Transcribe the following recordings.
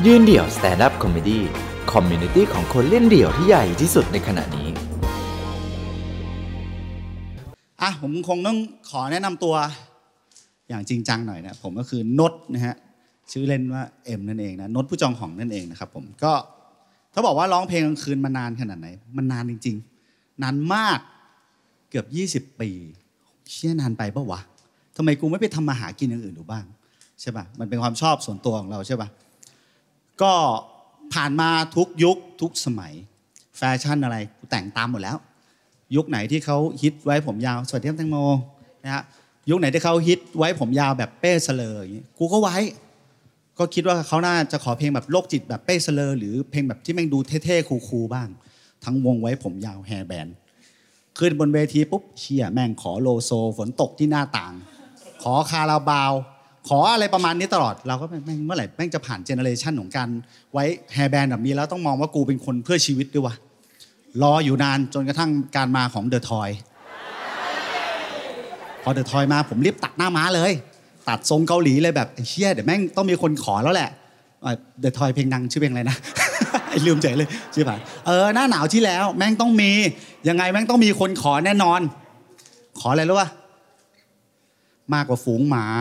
ยืนเดี่ยวสแตนด์อัพคอมเมดี้คอมมูนิตี้ของคนเล่นเดี่ยวที่ใหญ่ที่สุดในขณะนี้ผมคงต้องขอแนะนำตัวอย่างจริงจังหน่อยนะผมก็คือนดนะฮะชื่อเล่นว่าเอ็มนั่นเองนะนดผู้จองของนั่นเองนะครับผมก็ถ้าบอกว่าร้องเพลงกลางคืนมานานขนาดไหนมันนานจริงๆนานมากเกือบ20 ปีเชี่ยนานไปปะวะทำไมกูไม่ไปทำมาหากินอย่างอื่นดูบ้างใช่ป่ะมันเป็นความชอบส่วนตัวของเราใช่ป่ะก็ผ่านมาทุกยุคทุกสมัยแฟชั่นอะไรกูแต่งตามหมดแล้วยุคไหนที่เขาฮิตไว้ผมยาวสวัสดีครับแตงโมนะฮะยุคไหนที่เขาฮิตไว้ผมยาวแบบเป้เสลออย่างงี้กูก็ไว้ก็คิดว่าเขาน่าจะขอเพลงแบบโรคจิตแบบเป้เสลอหรือเพลงแบบที่แม่งดูเท่ๆคูลๆบ้างทั้งวงไว้ผมยาวแฮร์แบนด์ขึ้นบนเวทีปุ๊บเชี่ยแม่งขอโลโซฝนตกที่หน้าต่างขอคาราบาวขออะไรประมาณนี้ตลอดเราก็แม่งเมื่อไหร่แม่งจะผ่านเจเนอเรชันของการไว้แฮร์แบนด์แบบนี้แล้วต้องมองว่ากูเป็นคนเพื่อชีวิตด้วยวะรออยู่นานจนกระทั่งการมาของเดอะทอยพอเดอะทอยมาผมรีบตัดหน้าม้าเลยตัดทรงเกาหลีเลยแบบเชี่ยเดี๋ยวแม่งต้องมีคนขอแล้วแหละเดอะทอยเพลงดังชื่อเพลงอะไรนะ ลืมใจเลยชื่อผ่านหน้าหนาวที่แล้วแม่งต้องมียังไงแม่งต้องมีคนขอแน่นอนขออะไรรู้ป่ะมากกว่าฝูงหมา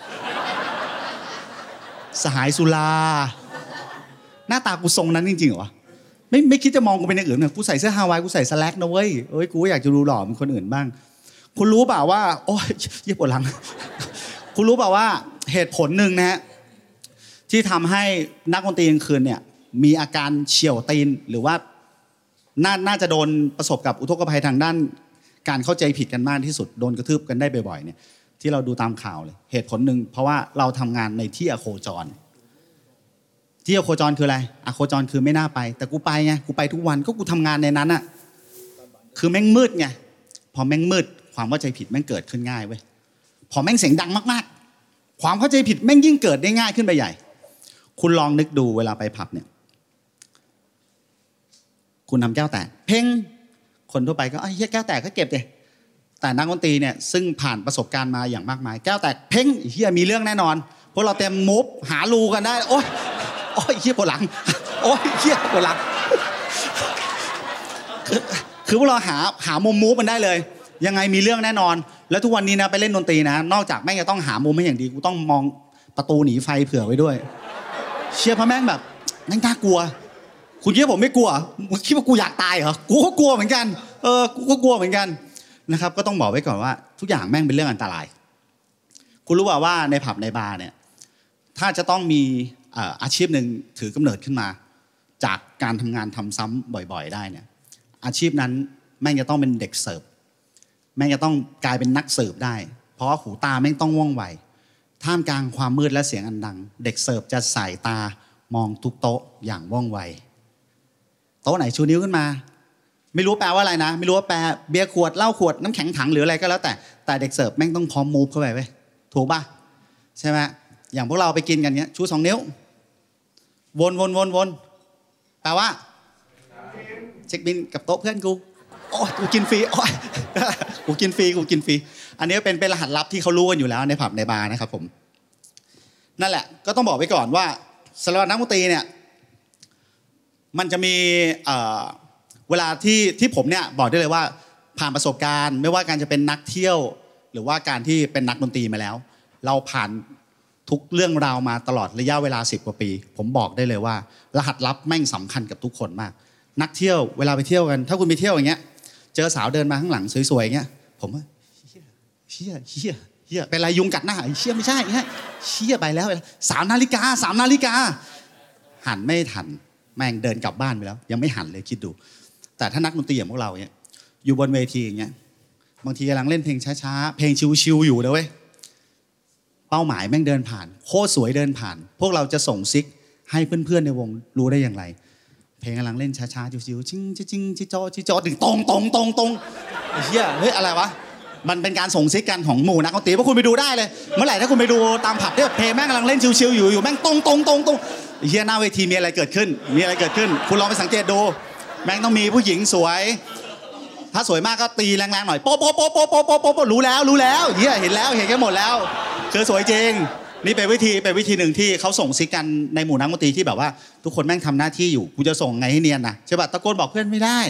สหายสุราหน้าตากูทรงนั้นจริงๆเหรอไม่คิดจะมองกูเป็นอย่างอื่นนะกูใส่เสื้อฮาวายกูใส่สแล็กนะเว้ยกูอยากจะดูหล่อเหมือนคนอื่นบ้างคุณรู้เปล่าว่าโอ๊ยเยี่ยปวดหลัง คุณรู้เปล่าว่าเหตุผลหนึ่งนะฮะที่ทำให้นักดนตรีกลางคืนเนี่ยมีอาการเฉี่ยวตีนหรือว่าน่าจะโดนประสบกับอุทกภัยทางด้านการเข้าใจผิดกันมากที่สุดโดนกระทืบกันได้บ่อยๆเนี่ยที่เราดูตามข่าวเลยเหตุผลหนึ่งเพราะว่าเราทำงานในที่อโคจรที่อโคจรคืออะไรอโคจรคือไม่น่าไปแต่กูไปไงกูไปทุกวันก็กูทำงานในนั้นอ่ะคือแม่งมืดไงพอแม่งมืดความเข้าใจผิดแม่งเกิดขึ้นง่ายเว้ยพอแม่งเสียงดังมากๆความเข้าใจผิดแม่งยิ่งเกิดได้ง่ายขึ้นไปใหญ่คุณลองนึกดูเวลาไปผับเนี่ยคุณทำแก้วแตกเพ่งคนทั่วไปก็เฮ้ยแก้วแตกก็เก็บดิแต่นักดนตรีเนี่ยซึ่งผ่านประสบการณ์มาอย่างมากมายแก้วแตกเพ่งเฮียมีเรื่องแน่นอนพวกเราเต็มมูฟหารูกันได้โอ๊ยเฮียปวดหลังโอ๊ยเฮียปวดหลังคือพวกเราหามุมมูฟมันได้เลยยังไงมีเรื่องแน่นอนแล้วทุกวันนี้นะไปเล่นดนตรีนะนอกจากแม่งจะต้องหามุมให้อย่างดีกูต้องมองประตูหนีไฟเผื่อไว้ด้วยเชียร์พระแม่งแบบแม่งน่ากลัวคุณคิดว่าผมไม่กลัวมึงคิดว่ากูอยากตายเหรอกูก็กลัวเหมือนกันกูก็กลัวเหมือนกันนะครับก็ต้องบอกไว้ก่อนว่าทุกอย่างแม่งเป็นเรื่องอันตรายคุณรู้ว่าในผับในบาร์เนี่ยถ้าจะต้องมีอาชีพหนึ่งถือกำเนิดขึ้นมาจากการทำงานทำซ้ำบ่อยๆได้เนี่ยอาชีพนั้นแม่งจะต้องเป็นเด็กเสิร์ฟแม่งจะต้องกลายเป็นนักสืบได้เพราะว่าหูตาแม่งต้องว่องไวท่ามกลางความมืดและเสียงอันดังเด็กเสิร์ฟจะสายตามองทุกโต๊ะอย่างว่องไวโต๊ะไหนชูนิ้วขึ้นมาไม่รู้แปลว่าอะไรนะไม่รู้ว่าแปลเบียร์ขวดเหล้าขวดน้ำแข็งถังหรืออะไรก็แล้วแต่เด็กเสิร์ฟแม่งต้องพร้อมมูฟเข้าไปเว้ยถูกป่ะใช่ไหมอย่างพวกเราไปกินกันเนี้ยชู2 นิ้ววนแปลว่าเช็คบิลกับโต๊ะเพื่อนกูโอ้ยกูกินฟรีโอ้ยกูกินฟรีอันนี้เป็นรหัสลับที่เขารู้กันอยู่แล้วในผับในบาร์นะครับผมนั่นแหละก็ต้องบอกไว้ก่อนว่าสำหรับนักดนตรีเนี่ยมันจะมีเวลาที่ผมเนี่ยบอกได้เลยว่าผ่านประสบการณ์ไม่ว่าการจะเป็นนักเที่ยวหรือว่าการที่เป็นนักดนตรีมาแล้วเราผ่านทุกเรื่องราวมาตลอดระยะเวลา10 กว่าปีผมบอกได้เลยว่ารหัสลับแม่งสำคัญกับทุกคนมากนักเที่ยวเวลาไปเที่ยวกันถ้าคุณไปเที่ยวอย่างเงี้ยเจอสาวเดินมาข้างหลังสวยๆอย่างเงี้ยผมว่าเชี่ยเป็นไรยุงกัดหน้าเชี่ยไม่ใช่เชี่ยไปแล้ว3 นาฬิกาหันไม่ทันแม่งเดินกลับบ้านไปแล้วยังไม่หันเลยคิดดูแต่ถ้านักดนตรีอย่างพวกเราเนี่ยอยู่บนเวทีอย่างเงี้ยบางทีกำลังเล่นเพลงช้าๆเพลงชิวๆอยู่นะเว้ยเป้าหมายแม่งเดินผ่านโคตรสวยเดินผ่านพวกเราจะส่งซิกให้เพื่อนๆในวงรู้ได้อย่างไรเพลงกำลังเล่นช้าๆชิวๆจิ้งจิจอถึงตรงไอ้เหี้ยเฮ้ยอะไรวะมันเป็นการส่งซิกกันของหมู่นักดนตรีพวกคุณไปดูได้เลยเมื่อไหร่ถ้าคุณไปดูตามผับเนี่ยเพลงแม่งกำลังเล่นชิวๆอยู่แม่งตรงไอ้เหี้ยหน้าเวทีมีอะไรเกิดขึ้นคุณลองไปสังเกตดูแม่งต้องมีผู้หญิงสวยถ้าสวยมากก็ตีแรงๆหน่อยโป๊ะรู้แล้วเหี้ยเห็นกันหมดแล้วคือสวยจริงนี่เป็นวิธีหนึ่งที่เขาส่งซิกกันในหมู่นักดนตรีที่แบบว่าทุกคนแม่งทำหน้าที่อยู่กูจะส่งไงให้เนียนนะใช่ป่ะตะโกนบอกเพื่อนไม่ได้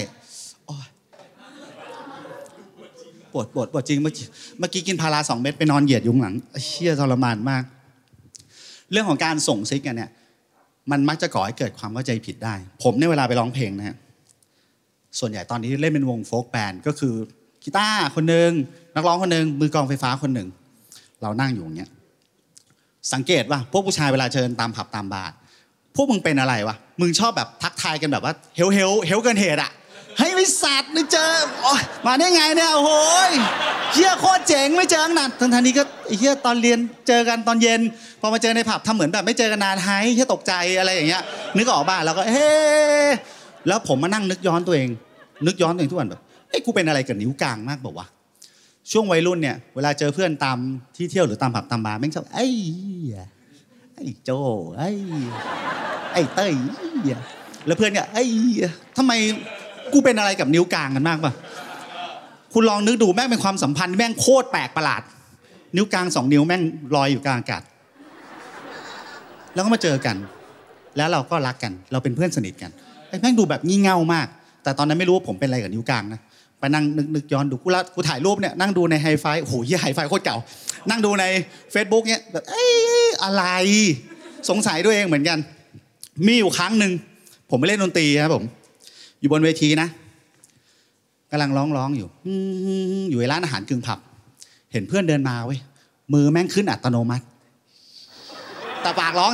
ปวดจริงเมื่อกี้กินพารา2 เม็ดไปนอนเหยียดยุงหลังเชี่ยทรมานมากเรื่องของการส่งซิกกันเนี่ยมันมักจะก่อให้เกิดความเข้าใจผิดได้ผมในเวลาไปร้องเพลงนะฮะส่วนใหญ่ตอนนี้เล่นเป็นวงโฟล์กแบนด์ก็คือกีตาร์คนหนึ่งนักร้องคนหนึ่งมือกลองไฟฟ้าคนหนึ่งเรานั่งอยู่อย่างเงี้ยสังเกตว่าพวกผู้ชายเวลาเชิญตามผับตามบาร์พวกมึงเป็นอะไรวะมึงชอบแบบทักทายกันแบบว่าเฮลเกินเหตุอะเฮ้ยไม่สัตว์ไม่เจอมาได้ไงเนี่ยโอ้โหเฮียโคตรเจ๋งไม่เจอกันทั้งนี้ก็เฮียตอนเรียนเจอกันตอนเย็นพอมาเจอในผับทำเหมือนแบบไม่เจอกันนานหายเฮียตกใจอะไรอย่างเงี้ยนึกออกบ้างแล้วก็เฮ้แล้วผมมานั่งนึกย้อนตัวเองทุกวันแบบเอ้กูเป็นอะไรกับนิ้วกลางมากบอกว่าช่วงวัยรุ่นเนี่ยเวลาเจอเพื่อนตามที่เที่ยวหรือตามผับตามบาร์แม่งชอบไอ้โจไอ้เต้ยแล้วเพื่อนก็ทำไมกูเป็นอะไรกับนิ้วกลางกันมากป่ะคุณลองนึกดูแม่งเป็นความสัมพันธ์แม่งโคตรแปลกประหลาดนิ้วกลาง2 นิ้วแม่งลอยอยู่กลางอากาศแล้วก็มาเจอกันแล้วเราก็รักกันเราเป็นเพื่อนสนิทกันแม่งดูแบบงี่เง่ามากแต่ตอนนั้นไม่รู้ว่าผมเป็นอะไรกับนิ้วกลางนะไปนั่งนึกย้อนดูกูถ่ายรูปเนี่ยนั่งดูในไฮไฟโอ้โหเหี้ยไฮไฟโคตรเก่านั่งดูใน Facebook เนี่ยแบบอะไรสงสัยด้วยเองเหมือนกันมีอยู่ครั้งนึงผมไปเล่นดนตรีครับผมอยู่บนเวทีนะกำลังร้องอยู่อยู่ในร้านอาหารกึ่งผับเห็นเพื่อนเดินมาเว้ยมือแม่งขึ้นอัตโนมัติแต่ปากร้อง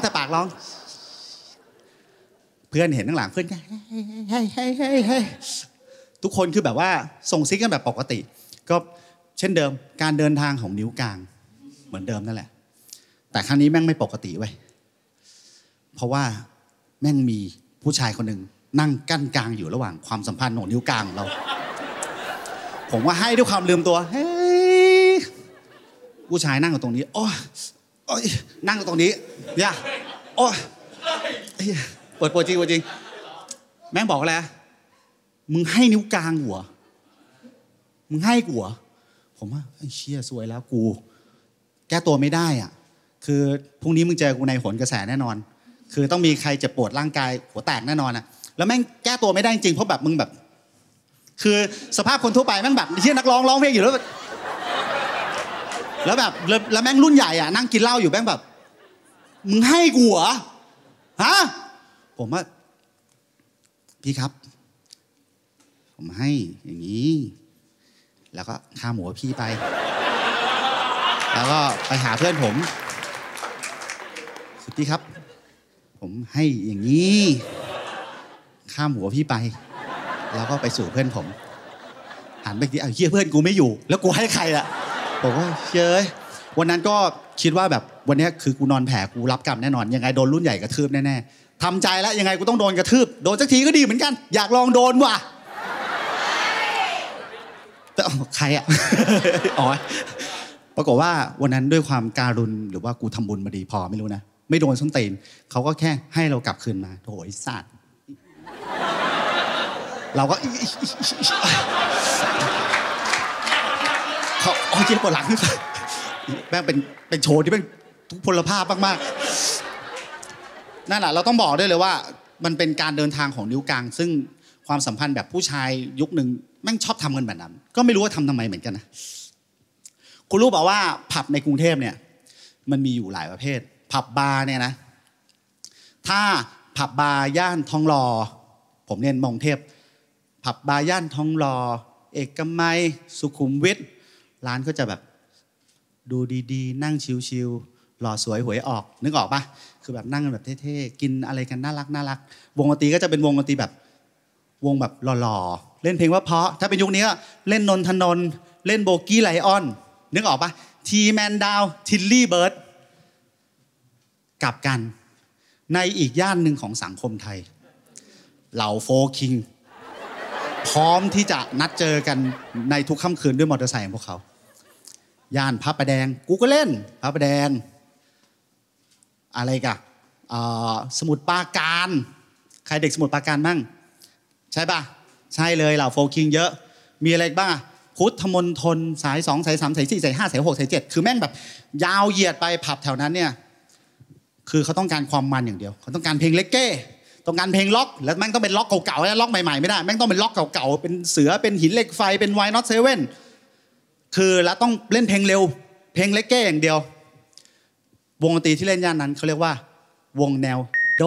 เพื่อนเห็นข้างหลังเพื่อนก็เฮ้ทุกคนคือแบบว่าส่งซิกกันแบบปกติก็เช่นเดิมการเดินทางของนิ้วกลางเหมือนเดิมนั่นแหละแต่ครั้งนี้แม่งไม่ปกติเว้ยเพราะว่าแม่งมีผู้ชายคนหนึ่งนั่งกั้นกลางอยู่ระหว่างความสัมพันธ์ของนิ้วกลางของเราผมว่าให้ด้วยความลืมตัวเฮ้ยผู้ชายนั่งอยู่ตรงนี้โอ้ยนั่งอยู่ตรงนี้ย่าโอ้ยปวดจริงแม่งบอกอะไรมึงให้นิ้วกลางหัวมึงให้กูหัวผมว่าไอ้เชี่ยซวยแล้วกูแก้ตัวไม่ได้อ่ะคือพรุ่งนี้มึงเจอกูในโหนกระแสแน่นอนคือต้องมีใครเจ็บปวดร่างกายหัวแตกแน่นอนอ่ะแล้วแม่งแก้ตัวไม่ได้จริงเพราะแบบมึงแบบคือสภาพคนทั่วไปแม่งแบบที่นักร้องเพลงอยู่แล้วแบบแล้วแม่งรุ่นใหญ่อ่ะนั่งกินเหล้าอยู่แม่งแบบมึงให้กูเหรอฮะผมว่าพี่ครับผมให้อย่างนี้แล้วก็ข้ามหัวพี่ไปแล้วก็ไปหาเพื่อนผมพี่ครับผมให้อย่างนี้ข้ามหัวพี่ไปแล้วก็ไปสู่เพื่อนผมหันไปที่เฮียเพื่อนกูไม่อยู่แล้วกูให้ใครล่ะบอกว่าเฮ้ยวันนั้นก็คิดว่าแบบวันนี้คือกูนอนแผลกูรับกรรมแน่นอนยังไงโดนรุ่นใหญ่กระทืบแน่ๆทำใจแล้วยังไงกูต้องโดนกระทืบโดนสักทีก็ดีเหมือนกันอยากลองโดนว่ะแต่ใครอ่ะอ๋อปรากฏว่าวันนั้นด้วยความการุณหรือว่ากูทำบุญมาดีพอไม่รู้นะไม่โดนส้นตีนเขาก็แค่ให้เรากลับคืนมาโถ่ไอ้สัตว์เราก็เขาเจ็บปวดหลังแม่งเป็นโชว์ที่เป็นทุกพลภาพมากๆนั่นแหละเราต้องบอกด้วยเลยว่ามันเป็นการเดินทางของนิ้วกลางซึ่งความสัมพันธ์แบบผู้ชายยุคนึงแม่งชอบทำกันแบบนั้นก็ไม่รู้ว่าทำไมเหมือนกันนะคุณรู้เปล่าว่าผับในกรุงเทพเนี่ยมันมีอยู่หลายประเภทผับบาร์เนี่ยนะถ้าผับบาร์ย่านทองหล่อผมเรียนมองเทพผับบาร์ย่านทองหล่อเอกมัยสุขุมวิทร้านก็จะแบบดูดีๆนั่งชิลๆหล่อสวยหวยออกนึกออกปะคือแบบนั่งแบบเท่ๆกินอะไรกันน่ารักวงดนตรีก็จะเป็นวงดนตรีแบบวงแบบหล่อๆเล่นเพลงว่าเพราะถ้าเป็นยุคนี้ก็เล่นนนทนนท์เล่นโบกี้ไลออนนึกออกปะทีแมนดาวทิลลี่เบิร์ดกลับกันในอีกย่านหนึ่งของสังคมไทยเหล่าโฟร์คิงพร้อมที่จะนัดเจอกันในทุกค่ำคืนด้วยมอเตอร์ไซค์ของพวกเขาย่านพระประแดงกูก็เล่นพระประแดงอะไรกันสมุทรปราการใครเด็กสมุทรปราการบ้างใช่ป่ะใช่เลยเหล่าโฟร์คิงเยอะมีอะไรบ้างพุทธมณฑลสาย2สาย3สาย4สาย5สาย6สาย7คือแม่งแบบยาวเหยียดไปผับแถวนั้นเนี่ยคือเขาต้องการความมันอย่างเดียวเขาต้องการเพลงเลกเก้ต้องการเพลงล็อกแล้วแม่งต้องเป็นล็อกเก่าๆแล้วล็อกใหม่ๆไม่ได้แม่งต้องเป็นล็อกเก่าๆเป็นเสือเป็นหินเหล็กไฟเป็นWhy Not Sevenคือแล้วต้องเล่นเพลงเร็วเพลงเลกเก้อย่างเดียววงดนตรีที่เล่นย่านนั้นเขาเรียกว่าวงแนวโด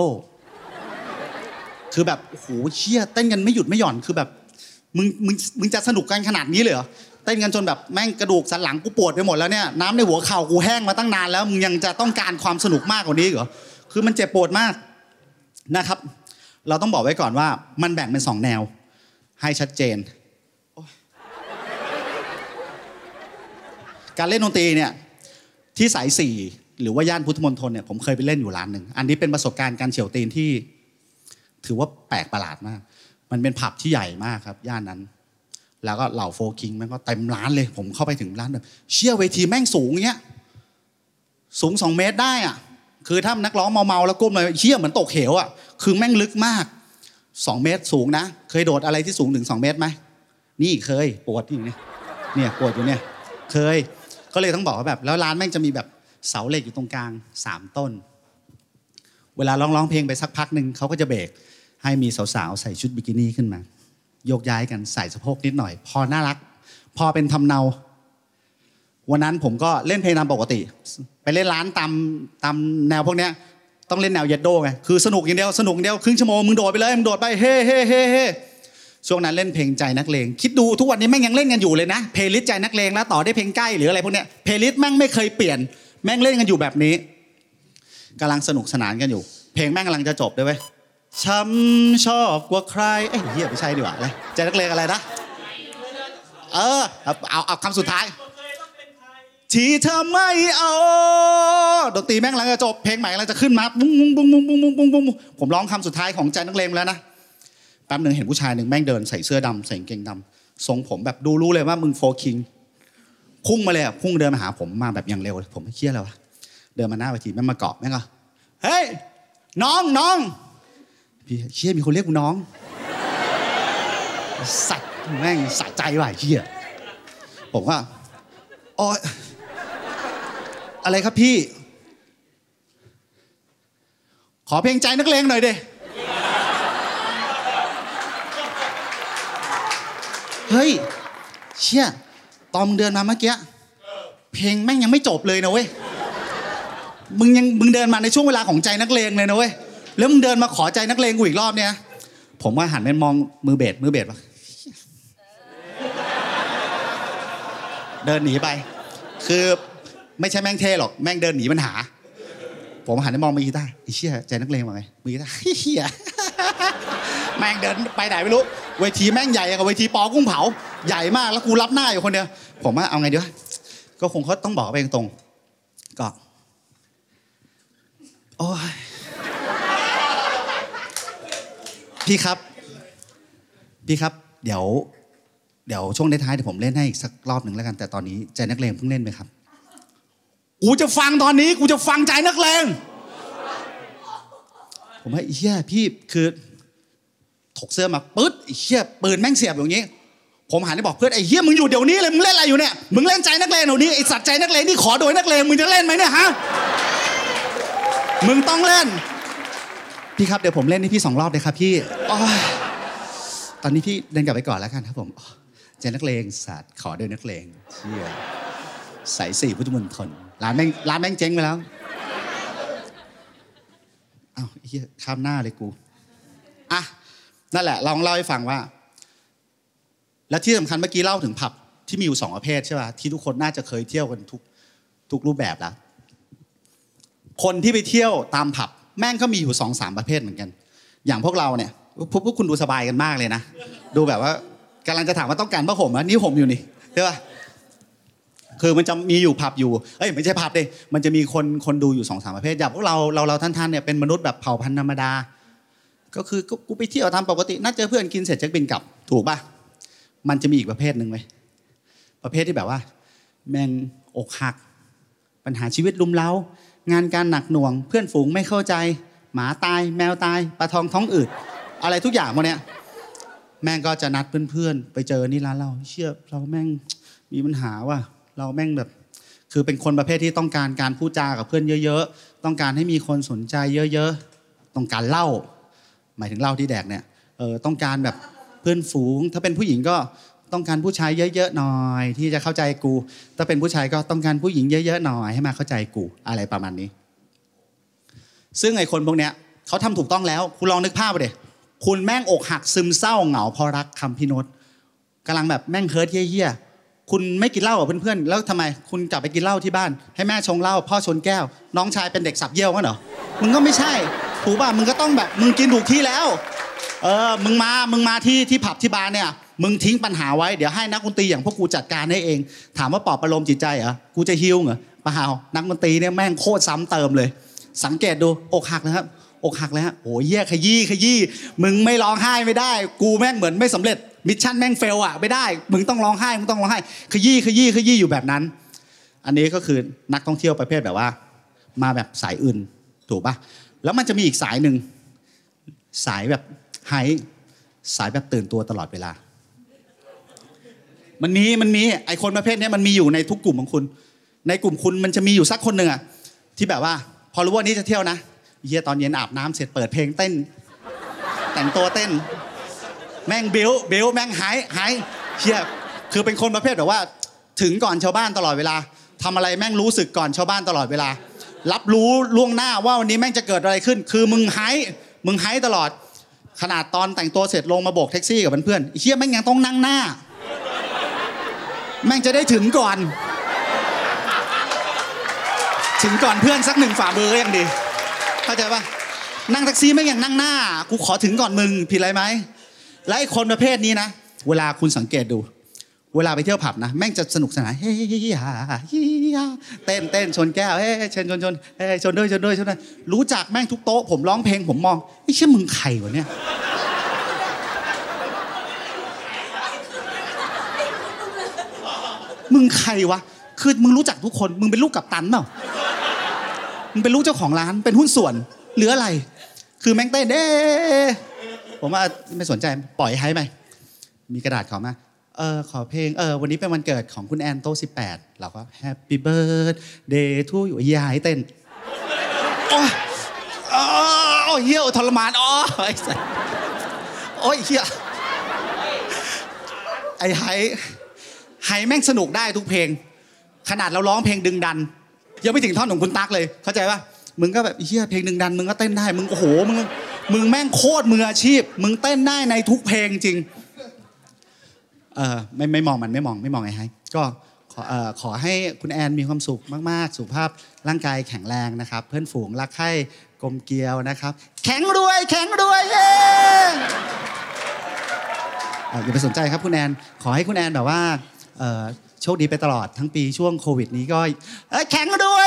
คือแบบโอ้โหเชี่ยเต้นกันไม่หยุดไม่หย่อนคือแบบมึงจะสนุกกันขนาดนี้เลยเหรอเต้นกันจนแบบแม่งกระดูกสันหลังกูปวดไปหมดแล้วเนี่ยน้ำในหัวเข่ากูแห้งมาตั้งนานแล้วมึงยังจะต้องการความสนุกมากกว่านี้เหรอคือมันเจ็บปวดมากนะครับเราต้องบอกไว้ก่อนว่ามันแบ่งเป็น2แนวให้ชัดเจนการเล่นดนตรีเนี่ยที่สาย4หรือว่าย่านพุทธมณฑลเนี่ยผมเคยไปเล่นอยู่ร้านหนึ่งอันนี้เป็นประสบการณ์การเฉี่ยวตีนที่ถือว่าแปลกประหลาดมากมันเป็นผับที่ใหญ่มากครับย่านนั้นแล้วก็เหล่าโฟร์คิงมันก็เต็มร้านเลยผมเข้าไปถึงร้านแบบเชี่ยเวทีแม่งสูงอย่างเงี้ยสูง2 เมตรได้อ่ะคือถ้านักร้องเมาๆแล้วก้มเลยเชี่ยเหมือนตกเหวอ่ะคือแม่งลึกมาก2 เมตรสูงนะเคยโดดอะไรที่สูงถึง2 เมตรไหมนี่เคยปวดอยู่เนี่ยปวดอยู่เนี่ยเคยก็เลยต้องบอกว่าแบบแล้วร้านแม่งจะมีแบบเสาเหล็กอยู่ตรงกลาง3 ต้นเวลาร้องเพลงไปสักพักนึงเขาก็จะเบรกให้มีสาวๆใส่ชุดบิกินี่ขึ้นมาโยกย้ายกันใส่สะโพกนิดหน่อยพอน่ารักพอเป็นทำเนาวันนั้นผมก็เล่นเพลงตามปกติไปเล่นร้านตามแนวพวกเนี้ยต้องเล่นแนวเยดโดไงคือสนุกอย่างเดียวครึ่งชั่วโมงมึงโดดไปเลยมึงโดดไปเฮ้เฮ้เฮ้เฮ้ช่วงนั้นเล่นเพลงใจนักเลงคิดดูทุกวันนี้แม่งยังเล่นกันอยู่เลยนะเพลย์ลิสต์ใจนักเลงแล้วต่อได้เพลงใกล้หรืออะไรพวกเนี้ยเพลย์ลิสต์แม่งไม่เคยเปลี่ยนแม่งเล่นกันอยู่แบบนี้กำลังสนุกสนานกันอยู่เพลงแม่งกำลังจะจบด้วยเว้ยช้ำชอบกว่าใครเฮียไม่ใช่ดีกว่าอะไรใจนักเลงอะไรนะเอาคำสุดท้ายที่เธอไม่เอาดนตรีแม่งกำลังจะจบเพลงใหม่กำลังจะขึ้นมาบุ้งบุ้งบุ้งบุ้งบุ้งบุ้งบุ้งบุ้งผมร้องคำสุดท้ายของใจนักเลงแล้วนะแป๊บนึงเห็นผู้ชายหนึ่งแม่งเดินใส่เสื้อดำใส่กางเกงดำทรงผมแบบดูรู้เลยว่ามึงโฟร์คิงพุ่งมาเลยพุ่งเดินมาหาผมมาแบบอย่างเร็วเลยผมไม่เชื่อเลยวะเดินมาหน้าเวทีแม่งมาเกาะแม่งก็เฮ้ยน้องพี่เชี่ยมีคนเรียกกูน้องสัตว์แม่งสะใจว่ะเชี่ยผมว่าอ๋ออะไรครับพี่ขอเพลงใจนักเลงหน่อยดิเฮ้ยเชี่ยตอนมึงเดินมาเมื่อกี้เพลงแม่งยังไม่จบเลยนะเว้ยมึงเดินมาในช่วงเวลาของใจนักเลงเลยนะเว้ยแล้วมึงเดินมาขอใจนักเลงกูอีกรอบเนี่ยผมว่าหันไปมองมือเบสวะเดินหนีไปคือไม่ใช่แม่งเท่หรอกแม่งเดินหนีปัญหาผมหันไปมองมือกีตาร์ไอ้เชี่ยใจนักเลงว่าไงมือกีตาร์เฮียแม่งเดินไปไหนไม่รู้เวทีแม่งใหญ่กว่าเวทีปอกุ้งเผาใหญ่มากแล้วกูรับหน้าอยู่คนเดียวผมว่าเอาไงดีวะก็คงเขาต้องบอกไปตรงๆก็โอ้ยพี่ครับเดี๋ยวช่วงท้ายๆเดี๋ยวผมเล่นให้อีกสักรอบหนึ่งแล้วกันแต่ตอนนี้ใจนักเลงเพิ่งเล่นไปครับกูจะฟังตอนนี้กูจะฟังใจนักเลงผมว่าไอ้เหี้ยพี่คือถกเสื้อมาปึ๊ดไอ้เหี้ยปืนแม่งเสียบอย่างนี้ผมหันไปบอกเพื่อนไอ้เหี้ยมึงอยู่เดี๋ยวนี้เลยมึงเล่นอะไรอยู่เนี่ยมึงเล่นใจนักเลงเดี๋ยวนี้ไอ้สัตว์ใจนักเลงนี่ขอโดยนักเลงมึงจะเล่นไหมเนี่ยฮะมึงต้องเล่นพี่ครับเดี๋ยวผมเล่นให้พี่2 รอบเลยครับพี่ตอนนี้พี่เดินกลับไปก่อนแล้วกันครับผมใจนักเลงสัตว์ขอโดยนักเลงเชี่ยสาย4พุทธมณฑลร้านแม่งเจ๊งไปแล้วอ้าวเฮียข้ามหน้าเลยกูอ่ะนั่นแหละลองเล่าให้ฟังว่าและที่สำคัญเมื่อกี้เล่าถึงผับที่มีอยู่2 ประเภทใช่ป่ะที่ทุกคนน่าจะเคยเที่ยวกันทุกรูปแบบแล้วคนที่ไปเที่ยวตามผับแม่งก็มีอยู่2-3 ประเภทเหมือนกันอย่างพวกเราเนี่ยพวกคุณดูสบายกันมากเลยนะดูแบบว่ากำลังจะถามว่าต้องการผ้าห่มนี่ห่มอยู่นี่ใช่ป่ะคือมันจะมีอยู่ผับอยู่ไม่ใช่ผับดิมันจะมีคนดูอยู่2-3 ประเภทอย่างพวกเราท่านเนี่ยเป็นมนุษย์แบบเผ่าพันธุ์ธรรมดาก็คือกูไปเที่ยวตามปกตินัดเจอเพื่อนกินเสร็จเช็คบินกลับถูกป่ะมันจะมีอีกประเภทนึงเว้ยประเภทที่แบบว่าแม่งอกหักปัญหาชีวิตลุมเร้างานการหนักหน่วงเพื่อนฝูงไม่เข้าใจหมาตายแมวตายปลาทองท้องอืดอะไรทุกอย่างพวกเนี้ยแม่งก็จะนัดเพื่อนๆไปเจอนี่ร้านเราเชื่อเราแม่งมีปัญหาว่ะเราแม่งแบบคือเป็นคนประเภทที่ต้องการการพูดจากับเพื่อนเยอะๆต้องการให้มีคนสนใจเยอะๆต้องการเหล้าหมายถึงเหล้าที่แดกเนี่ยต้องการแบบเพื่อนฝูงถ้าเป็นผู้หญิงก็ต้องการผู้ชายเยอะๆหน่อยที่จะเข้าใจกูถ้าเป็นผู้ชายก็ต้องการผู้หญิงเยอะๆหน่อยให้มาเข้าใจกูอะไรประมาณนี้ซึ่งไอ้คนพวกเนี้ยเขาทำถูกต้องแล้วคุณลองนึกภาพไปดิคุณแม่งอกหักซึมเศร้าเหงาเพราะรักคำพี่โน้ตกำลังแบบแม่งเฮิร์ทเหี้ยๆคุณไม่กินเหล้ากับเพื่อนๆแล้วทำไมคุณกลับไปกินเหล้าที่บ้านให้แม่ชงเหล้าพ่อชนแก้วน้องชายเป็นเด็กสับเยี่ยวกันเหรอมึงก็ไม่ใช่ถูกป่ะมึงก็ต้องแบบมึงกินถูกที่แล้วมึงมาที่ผับที่บาร์เนี่ยมึงทิ้งปัญหาไว้เดี๋ยวให้นักดนตรีอย่างพวกกูจัดการให้เองถามว่าปลอบประโลมจิตใจเหรอกูจะฮิลเหรอเปล่านักดนตรีเนี่ยแม่งโคตรซ้ำเติมเลยสังเกตดูอกหักนะครับอกหักเลยฮะโอ้ยแย่ขยี้มึงไม่ร้องไห้ไม่ได้กูแม่งเหมือนไม่สำเร็จมิชชั่นแม่งเฟลอ่ะไม่ได้มึงต้องร้องไห้ขยี้อยู่แบบนั้นอันนี้ก็คือนักท่องเที่ยวประเภทแบบว่ามาแบบสายอื่นถูกป่ะแล้วมันจะมีอีกสายหนึ่งสายแบบไฮสายแบบตื่นตัวตลอดเวลามันมีไอคนประเภทนี้มันมีอยู่ในทุกกลุ่มของคุณในกลุ่มคุณมันจะมีอยู่สักคนหนึ่งอ่ะที่แบบว่าพอรู้ว่านี้จะเที่ยวนะเฮียตอนเย็นอาบน้ำเสร็จเปิดเพลงเต้นแต่งตัวเต้นแม่งบิ้วแม่งหายเฮียคือเป็นคนประเภทแบบว่าถึงก่อนชาวบ้านตลอดเวลาทำอะไรแม่งรู้สึกก่อนชาวบ้านตลอดเวลารับรู้ล่วงหน้าว่าวันนี้แม่งจะเกิดอะไรขึ้นคือมึงหายตลอดขนาดตอนแต่งตัวเสร็จลงมาโบกแท็กซี่กับเพื่อนๆเฮียแม่งยังต้องนั่งหน้าแม่งจะได้ถึงก่อนเพื่อนสักหนึ่งฝ่ามือก็ยังดีเข้าใจป่ะนั่งแท็กซี่แม่งยังนั่งหน้ากูขอถึงก่อนมึงผิดอะไรไหมและไอ้คนประเภทนี้นะเวลาคุณสังเกตดูเวลาไปเที่ยวผับนะแม่งจะสนุกสนานเฮ้ยเต้นชนแก้วเฮ้ยชนเฮ้ยชนด้วยรู้จักแม่งทุกโต๊ะผมร้องเพลงผมมองไอ้เชี่ยมึงใครวะเนี่ยมึงใครวะคือมึงรู้จักทุกคนมึงเป็นลูกกัปตันเปล่ามึงเป็นลูกเจ้าของร้านเป็นหุ้นส่วนหรืออะไรคือแม่งเต้นผมว่าไม่สนใจปล่อยให้ไปมีกระดาษขอมาขอเพลงวันนี้เป็นวันเกิดของคุณแอนโต้18เราก็ Happy Birthday to you ยายเต้นโอ้ยเหี้ยทรมานไอ้สัสโอ้ยเหี้ยไอ้ไฮแม่งสนุกได้ทุกเพลงขนาดเราร้องเพลงดึงดันยังไม่ถึงท่อนของคุณตั๊กเลยเข้าใจป่ะมึงก็แบบเฮียเพลงดึงดันมึงก็เต้นได้มึงโอ้โหมึงแม่งโคตรมืออาชีพมึงเต้นได้ในทุกเพลงจริงไม่มองไอ้ไฮก็ขอให้คุณแอนมีความสุขมากๆสุขภาพร่างกายแข็งแรงนะครับเพื่อนฝูงรักใคร่กลมเกลียวนะครับแข็งรวยเย้อย่าไปสนใจครับคุณแอนขอให้คุณแอนแบบว่าโชคดีไปตลอดทั้งปีช่วงโควิดนี้ก็แข็งด้วย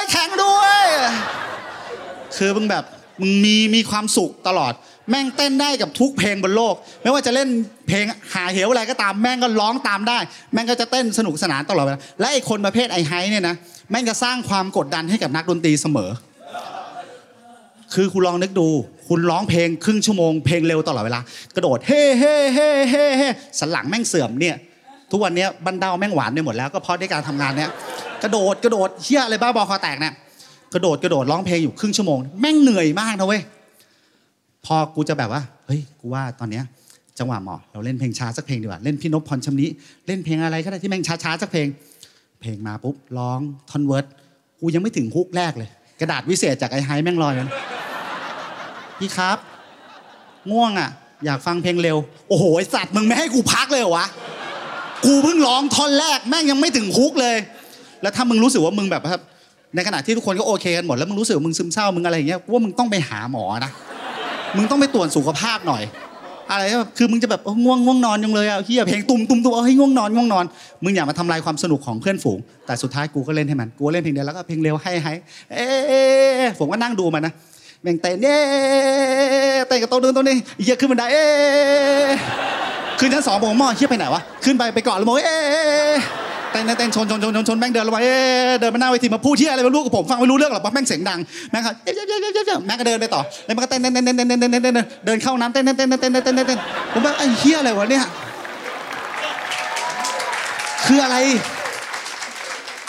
คือมึงแบบมึงมีความสุขตลอดแม่งเต้นได้กับทุกเพลงบนโลกไม่ว่าจะเล่นเพลงหาเหวอะไรก็ตามแม่งก็ร้องตามได้แม่งก็จะเต้นสนุกสนานตลอดเวลาและไอ้คนประเภทไอ้ไฮเนี่ยนะแม่งจะสร้างความกดดันให้กับนักดนตรีเสมอคือคุณลองนึกดูคุณร้องเพลงครึ่งชั่วโมงเพลงเร็วตลอดเวลากระโดดเฮ้สันหลังแม่งเสื่อมเนี่ยทุกวันนี้บันเดาแม่งหวานไปหมดแล้วก็เพราะในการทำงานเนี้ยกระโดดเหี้ยอะไรบ้าบอคอแตกเนี่ยกระโดดร้องเพลงอยู่ครึ่งชั่วโมงแม่งเหนื่อยมากนะเว้ยพอกูจะแบบว่าเฮ้ยกูว่าตอนเนี้ยจังหวะเหมาะเราเล่นเพลงช้าสักเพลงดีกว่าเล่นพี่นพพรชำนิเล่นเพลงอะไรก็ได้ที่แม่งช้าสักเพลงมาปุ๊บร้องท่อนเวิร์ดกูยังไม่ถึงฮุกแรกเลยกระดาษวิเศษจากไอ้ไฮแม่งลอยกันพี่ครับง่วงอ่ะอยากฟังเพลงเร็วโอ้โหไอ้สัตว์มึงไม่ให้กูพักเลยเหรอวะกูเพิ่งร้องท่อนแรกแม่งยังไม่ถึงฮุกเลยแล้วถ้ามึงรู้สึกว่ามึงแบบในขณะที่ทุกคนก็โอเคกันหมดแล้วมึงรู้สึกว่ามึงซึมเศร้ามึงอะไรอย่างเงี้ยว่ามึงต้องไปหาหมอนะมึงต้องไปตรวจสุขภาพหน่อยอะไรแบบคือมึงจะแบบง่วงนอนจังเลยอ่ะเฮียเพลงตุ่มเฮ้ยง่วงนอนมึงอย่ามาทำลายความสนุกของเพื่อนฝูงแต่สุดท้ายกูก็เล่นให้มันกูเล่นเพลงเดียวแล้วก็เพลงเร็วให้ผมก็นั่งดูมันนะแม่งเต้นเต้นกับโต๊ะตัวนี้เฮียขึ้นบันไดขึ้นชั้น2ผมมอเฮียไปไหนวะขึ้นไปเกาะแล้วบอกเต้นชนแม่งเดินลงมาเดินมาหน้าเวทีมาพูดที่อะไรไม่รู้กับผมฟังไม่รู้เรื่องหรอกเพราะแม่งเสียงดังแม่งครับแม่งก็เดินไปต่อแล้วมันก็เต้นเดินเข้าน้ำเต้นผมว่าไอ้เหี้ยอะไรวะเนี่ยคืออะไร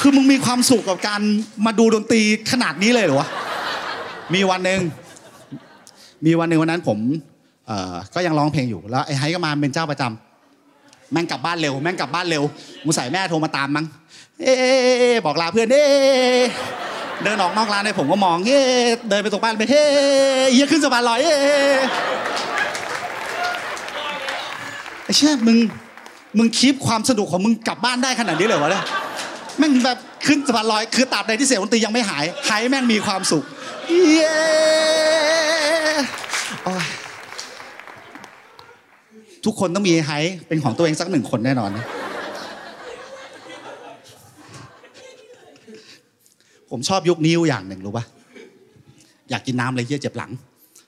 คือมึงมีความสุขกับการมาดูดนตรีขนาดนี้เลยเหรอวะมีวันหนึ่งวันนั้นผมก็ยังร้องเพลงอยู่แล้วไอ้ไฮก็มาเป็นเจ้าประจำแม่งกลับบ้านเร็วมึงใส่แม่โทรมาตามมั้งบอกลาเพื่อนเดินออกนอกร้านเลยผมก็มองเดินไปตรงบ้านไปเฮียขึ้นสะพานลอยไอ้เชี่ยมึงคีปความสนุกของมึงกลับบ้านได้ขนาดนี้เลยวะเนี่ยแม่งแบบขึ้นสะพานลอยคือตราบใดที่เสียงดนตรียังไม่หายแม่งมีความสุขเย้ทุกคนต้องมีไฮเป็นของตัวเองสักหนึ่งคนแน่นอนนะผมชอบยุคนิ้วอย่างหนึ่งรู้ป่ะอยากกินน้ำเลยเยี่ยเจ็บหลัง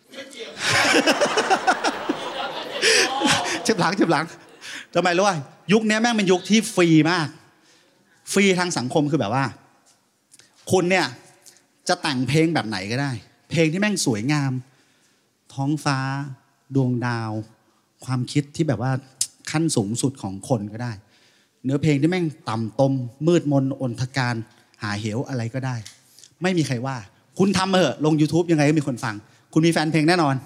เจ็บหลังทำไมรู้ป่ะยุคนี้แม่งเป็นยุคที่ฟรีมากฟรีทางสังคมคือแบบว่าคุณเนี่ยจะแต่งเพลงแบบไหนก็ได้เพลงที่แม่งสวยงามท้องฟ้าดวงดาวความคิดที่แบบว่าขั้นสูงสุดของคนก็ได้เนื้อเพลงที่แม่งต่ำตมมืดมนอนทการหาเหวอะไรก็ได้ไม่มีใครว่าคุณทำมาเถอะลง YouTube ยังไงก็มีคนฟังคุณมีแฟนเพลงแน่นอน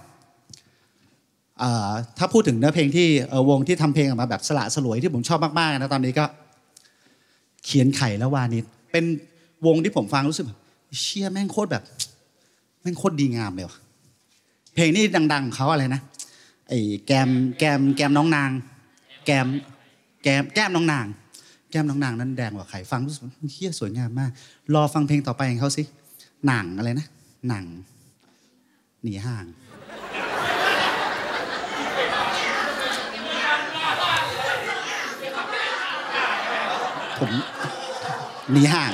ถ้าพูดถึงเนื้อเพลงที่วงที่ทำเพลงออกมาแบบสละสลวยที่ผมชอบมากๆนะตอนนี้ก็เขียนไข่และวานิชเป็นวงที่ผมฟังรู้สึกแบบเชี่ยแม่งโคตรแบบแม่งโคตรดีงามเลยว่ะเพลงนี้ดังๆของเขาอะไรนะไอ้แก้มน้องนางแก้มน้องนางนั้นแดงกว่าใครฟังรู้สึกเชี่ยสวยงามมากรอฟังเพลงต่อไปของเขาสิหนังอะไรนะหนังหนีห่างผมหนีห่าง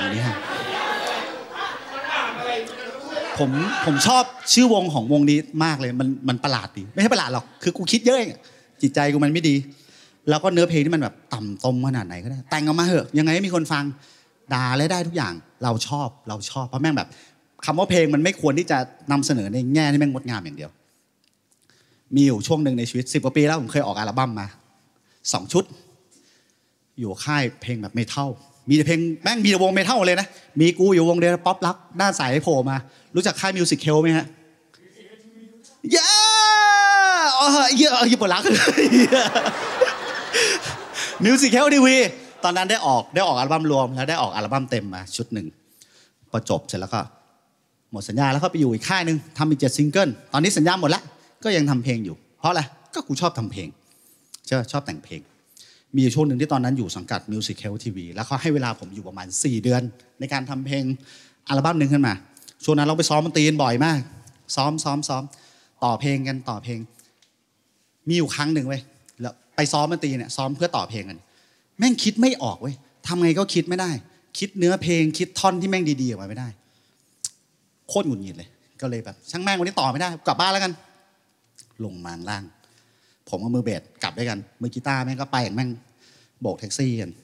ผมชอบชื่อวงของวงนี้มากเลยมันประหลาดดีไม่ใช่ประหลาดหรอกคือกูคิดเยอะเองจิตใจกูมันไม่ดีแล้วก็เนื้อเพลงที่มันแบบต่ำตมขนาดไหนก็ได้แต่งออกมาเหอะยังไงให้มีคนฟังด่าและได้ทุกอย่างเราชอบเพราะแม่งแบบคำว่าเพลงมันไม่ควรที่จะนำเสนอในแง่ที่แม่งงดงามอย่างเดียวมีอยู่ช่วงหนึ่งในชีวิต10 กว่าปีแล้วผมเคยออกอัลบั้มมา2 ชุดอยู่ค่ายเพลงแบบเมทัลมีแต่เพลงแม่งมีแต่วงเมทัลเลยนะมีกูอยู่วงเดียวป๊อปรักหน้าใสโผล่มารู้จักค่ายมิวสิคเฮลไหมฮะย้าเยอะปวดหลังมิวสิคเฮลทีวีตอนนั้นได้ออกอัลบั้มรวมแล้วได้ออกอัลบั้มเต็มมาชุดหนึ่งพอจบเสร็จแล้วก็หมดสัญญาแล้วก็ไปอยู่อีกค่ายนึงทำอีก7 ซิงเกิลตอนนี้สัญญาหมดแล้วก็ยังทำเพลงอยู่เพราะอะไรก็กูชอบทำเพลงชอบแต่งเพลงมีช่วงหนึ่งที่ตอนนั้นอยู่สังกัด Music Health TV แล้วเขาให้เวลาผมอยู่ประมาณ4 เดือนในการทำเพลงอัลบั้มนึงขึ้นมาช่วงนั้นเราไปซ้อมดนตรีบ่อยมากซ้อมต่อเพลงมีอยู่ครั้งหนึ่งเว้ยแล้วไปซ้อมดนตรีเนี่ยซ้อมเพื่อต่อเพลงกันแม่งคิดไม่ออกเว้ยทำไงก็คิดไม่ได้คิดเนื้อเพลงคิดท่อนที่แม่งดีๆออกมาไม่ได้โคตรหงุดหงิดเลยก็เลยแบบช่างแม่งวันนี้ต่อไม่ได้กลับบ้านแล้วกันลงมาล่างผมกับมือเบสกลับด้วยกันมือกีตาร์แม่งก็ไปแม่งโบกแท็กซี่กัน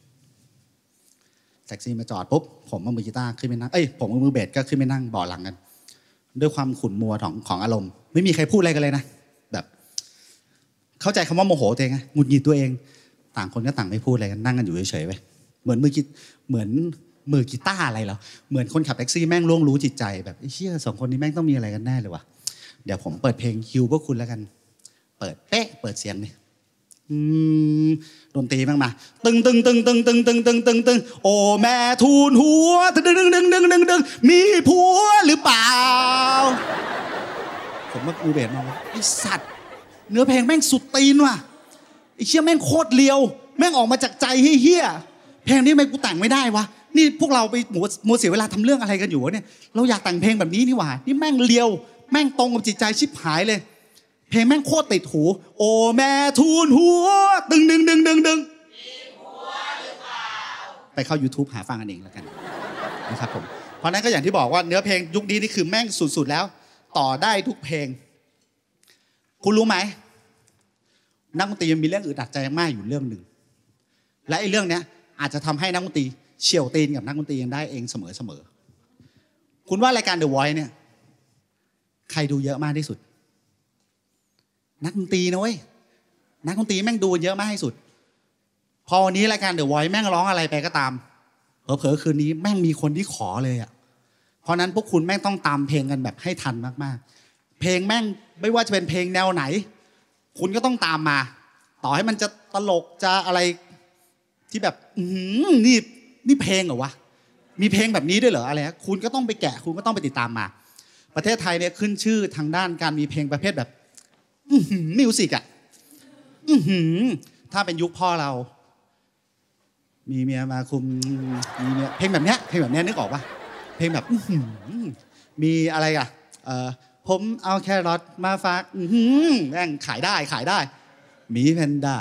แท็กซี่มาจอดปุ๊บผมกับมือกีตาร์ขึ้นไปนั่งผมกับมือเบสก็ขึ้นไปนั่งเบาะหลังกันด้วยความขุ่นมัวของอารมณ์ไม่มีใครพูดอะไรกันเลยนะแบบเข้าใจคำว่าโมโหตัวเองหงุดหงิดตัวเองต่างคนก็ต่างไม่พูดอะไรกันนั่งกันอยู่เฉยๆไปเหมือนมือกีตาร์อะไรเหรอเหมือนคนขับแท็กซี่แม่งล่วงรู้จิตใจแบบไอ้เชี่ย2 คนนี้แม่งต้องมีอะไรกันแน่เลยว่ะเดี๋ยวผมเปิดเพลงฮิวพวกคุณแล้วกันเปิดเสียงนี่ดนตรีบ้างมาตึงโอ้แม่ทูลหัวดึงมีผัวหรือเปล่าผมว่าอูเบสมองว่าไอ้สัตว์เนื้อเพลงแม่งสุดตีนว่ะไอ้เชี่ยแม่งโคตรเลียวแม่งออกมาจากใจเฮี้ยเพลงนี้ทำไมกูแต่งไม่ได้วะนี่พวกเราไปมัวเสียเวลาทำเรื่องอะไรกันอยู่วะเนี่ยเราอยากแต่งเพลงแบบนี้นี่หว่านี่แม่งเลียวแม่งตรงกับจิตใจชิบหายเลยเพลงแม่งโคตรติดหูโอ้แม่ทูลหัวดึงไปเข้า YouTube หาฟังกันเองแล้วกันนะครับผมเพราะนั้นก็อย่างที่บอกว่าเนื้อเพลงยุคนี้นี่คือแม่งสุดๆแล้วต่อได้ทุกเพลงคุณรู้ไหมนักดนตรีมีเรื่องอึดอัดใจมากอยู่เรื่องหนึ่งและไอ้เรื่องเนี้ยอาจจะทำให้นักดนตรีเฉี่ยวตีนกับนักดนตรียังได้เองเสมอคุณว่ารายการ The Voice เนี่ยใครดูเยอะมากที่สุดนักดนตรีนะเว้ยนักดนตรีแม่งดูเยอะมากที่สุดพอวันนี้รายการ The Voice แม่งร้องอะไรไปก็ตามเเผลอๆคืนนี้แม่งมีคนที่ขอเลยอ่ะเพราะนั้นพวกคุณแม่งต้องตามเพลงกันแบบให้ทันมากๆเพลงแม่งไม่ว่าจะเป็นเพลงแนวไหนคุณก็ต้องตามมาต่อให้มันจะตลกจะอะไรที่แบบนี่เพลงเหรอวะมีเพลงแบบนี้ด้วยเหรออะไรคุณก็ต้องไปแกะคุณก็ต้องไปติดตามมาประเทศไทยเนี่ยขึ้นชื่อทางด้านการมีเพลงประเภทแบบมิวสิกอ่ะถ้าเป็นยุคพ่อเรามีเมียมาคุมมีเมียเพลงแบบเนี้ยนึกออกปะเพลงแบบมีอะไรอ่ะผมเอาแครอทมาฝากแม่งขายได้หมีแพนด้า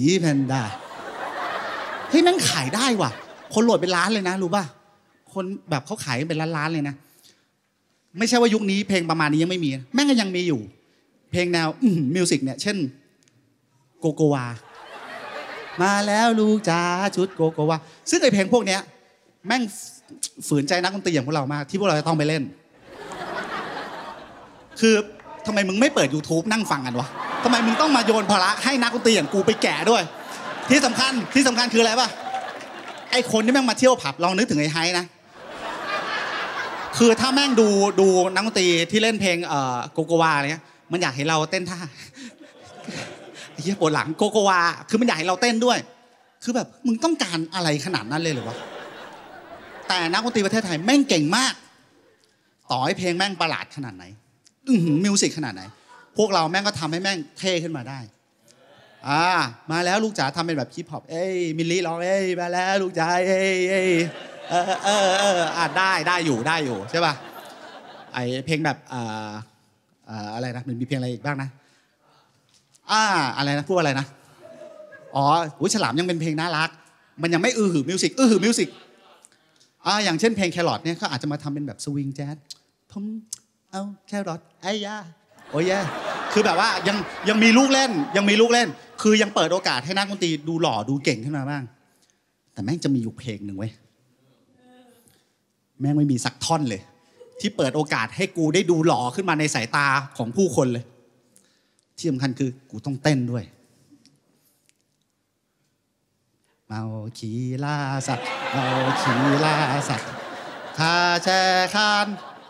เฮ้ยแม่งขายได้ว่ะคนโหลดเป็นล้านเลยนะรู้ป่ะคนแบบเขาขายเป็นล้านเลยนะไม่ใช่ว่ายุคนี้เพลงประมาณนี้ยังไม่มีแม่งก็ยังมีอยู่เพลงแนวมิวสิกเนี่ยเช่นโกโกวามาแล้วลูกจ้าชุดโกโกวาซึ่งไอเพลงพวกเนี้ยแม่งฝืนใจนักดนตรีอย่างพวกเรามากที่พวกเราจะต้องไปเล่นคือทำไมมึงไม่เปิด YouTube นั่งฟังกันวะทำไมมึงต้องมาโยนภาระให้นักดนตรีอย่างกูไปแกะด้วยที่สำคัญคืออะไรป่ะไอคนที่แม่งมาเที่ยวผับลองนึกถึงไอ้ไฮนะคือถ้าแม่งดูนักดนตรีที่เล่นเพลงโกโกวาอะไรเงี้ยมันอยากเห็นเราเต้นท่าไอ้เหี้ยปวดหลังโกโกวาคือมันอยากให้เราเต้นด้วยคือแบบมึงต้องการอะไรขนาดนั้นเลยหรือวะแต่นักดนตรีประเทศไทยแม่งเก่งมากต่อให้เพลงแม่งประหลาดขนาดไหนมิวสิกขนาดไหนพวกเราแม่งก็ทำให้แม่งเท่ขึ้นมาได้มาแล้วลูกจ๋าทำเป็นแบบฮิปฮอปมิลลี่ร้องมาแล้วลูกจ๋าได้อยู่ใช่ป่ะไอเพลงแบบอะไรนะมันมีเพลงอะไรอีกบ้างนะอะไรนะพูดอะไรนะฉลามยังเป็นเพลงน่ารักมันยังไม่หือมิวสิกอย่างเช่นเพลงแครอทเนี่ยเขาอาจจะมาทำเป็นแบบสวิงแจ๊สผมเอาแครอทโอ้ยคือแบบว่ายังมีลูกเล่นคือยังเปิดโอกาสให้นักดนตรีดูหล่อดูเก่งขึ้นมาบ้างแต่แม่งจะมีอยู่เพลงหนึ่งเว้ยแม่งไม่มีสักท่อนเลยที่เปิดโอกาสให้กูได้ดูหล่อขึ้นมาในสายตาของผู้คนเลยที่สำคัญคือกูต้องเต้นด้วยเมาขี่ล่าสัตว์ข้าแช่คาน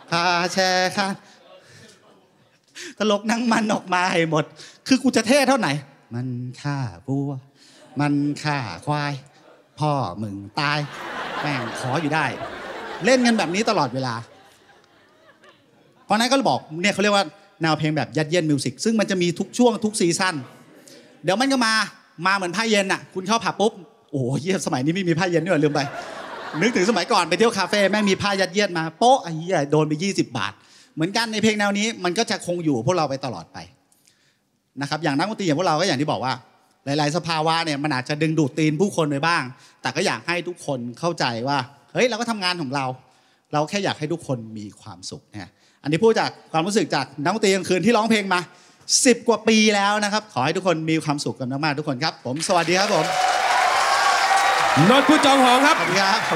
ตลกนั่งมันออกมาให้หมดคือกูจะเท่เท่าไหนมันฆ่าวัวมันฆ่าควายพ่อมึงตายแม่งขออยู่ได้เล่นกันแบบนี้ตลอดเวลาเพราะนั้นก็บอกเนี่ยเขาเรียกว่าแนวเพลงแบบยัดเยียดมิวสิกซึ่งมันจะมีทุกช่วงทุกซีซั่นเดี๋ยวมันก็มาเหมือนผ้าเย็นอ่ะคุณเข้าผับปุ๊บโอ้ยเยี่ยสมัยนี้ไม่มีผ้าเย็นนี่หว่าลืมไปนึกถึงสมัยก่อนไปเที่ยวคาเฟ่แม่งมีผ้ายัดเยียดมาโป๊ะไอ้เหี้ยโดนไป20 บาทเหมือนกันในเพลงแนวนี้มันก็จะคงอยู่พวกเราไปตลอดไปนะครับอย่างนักดนตรีอย่างพวกเราก็อย่างที่บอกว่าหลายๆสภาวะเนี่ยมันอาจจะดึงดูดตีนผู้คนไปบ้างแต่ก็อยากให้ทุกคนเข้าใจว่าเฮ้ยเราก็ทำงานของเราแค่อยากให้ทุกคนมีความสุขนะอันนี้พูดจากความรู้สึกจากนักดนตรีกลางคืนที่ร้องเพลงมา10 กว่าปีแล้วนะครับขอให้ทุกคนมีความสุขกันมากๆทุกคนครับผมสวัสดีครับผมนนท์ผู้จองหองครับสวัสดีครับ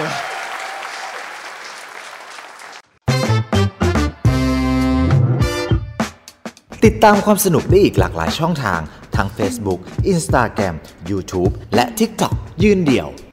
ติดตามความสนุกได้อีกหลากหลายช่องทางทั้ง Facebook, Instagram, YouTube และ TikTok ยืนเดี่ยว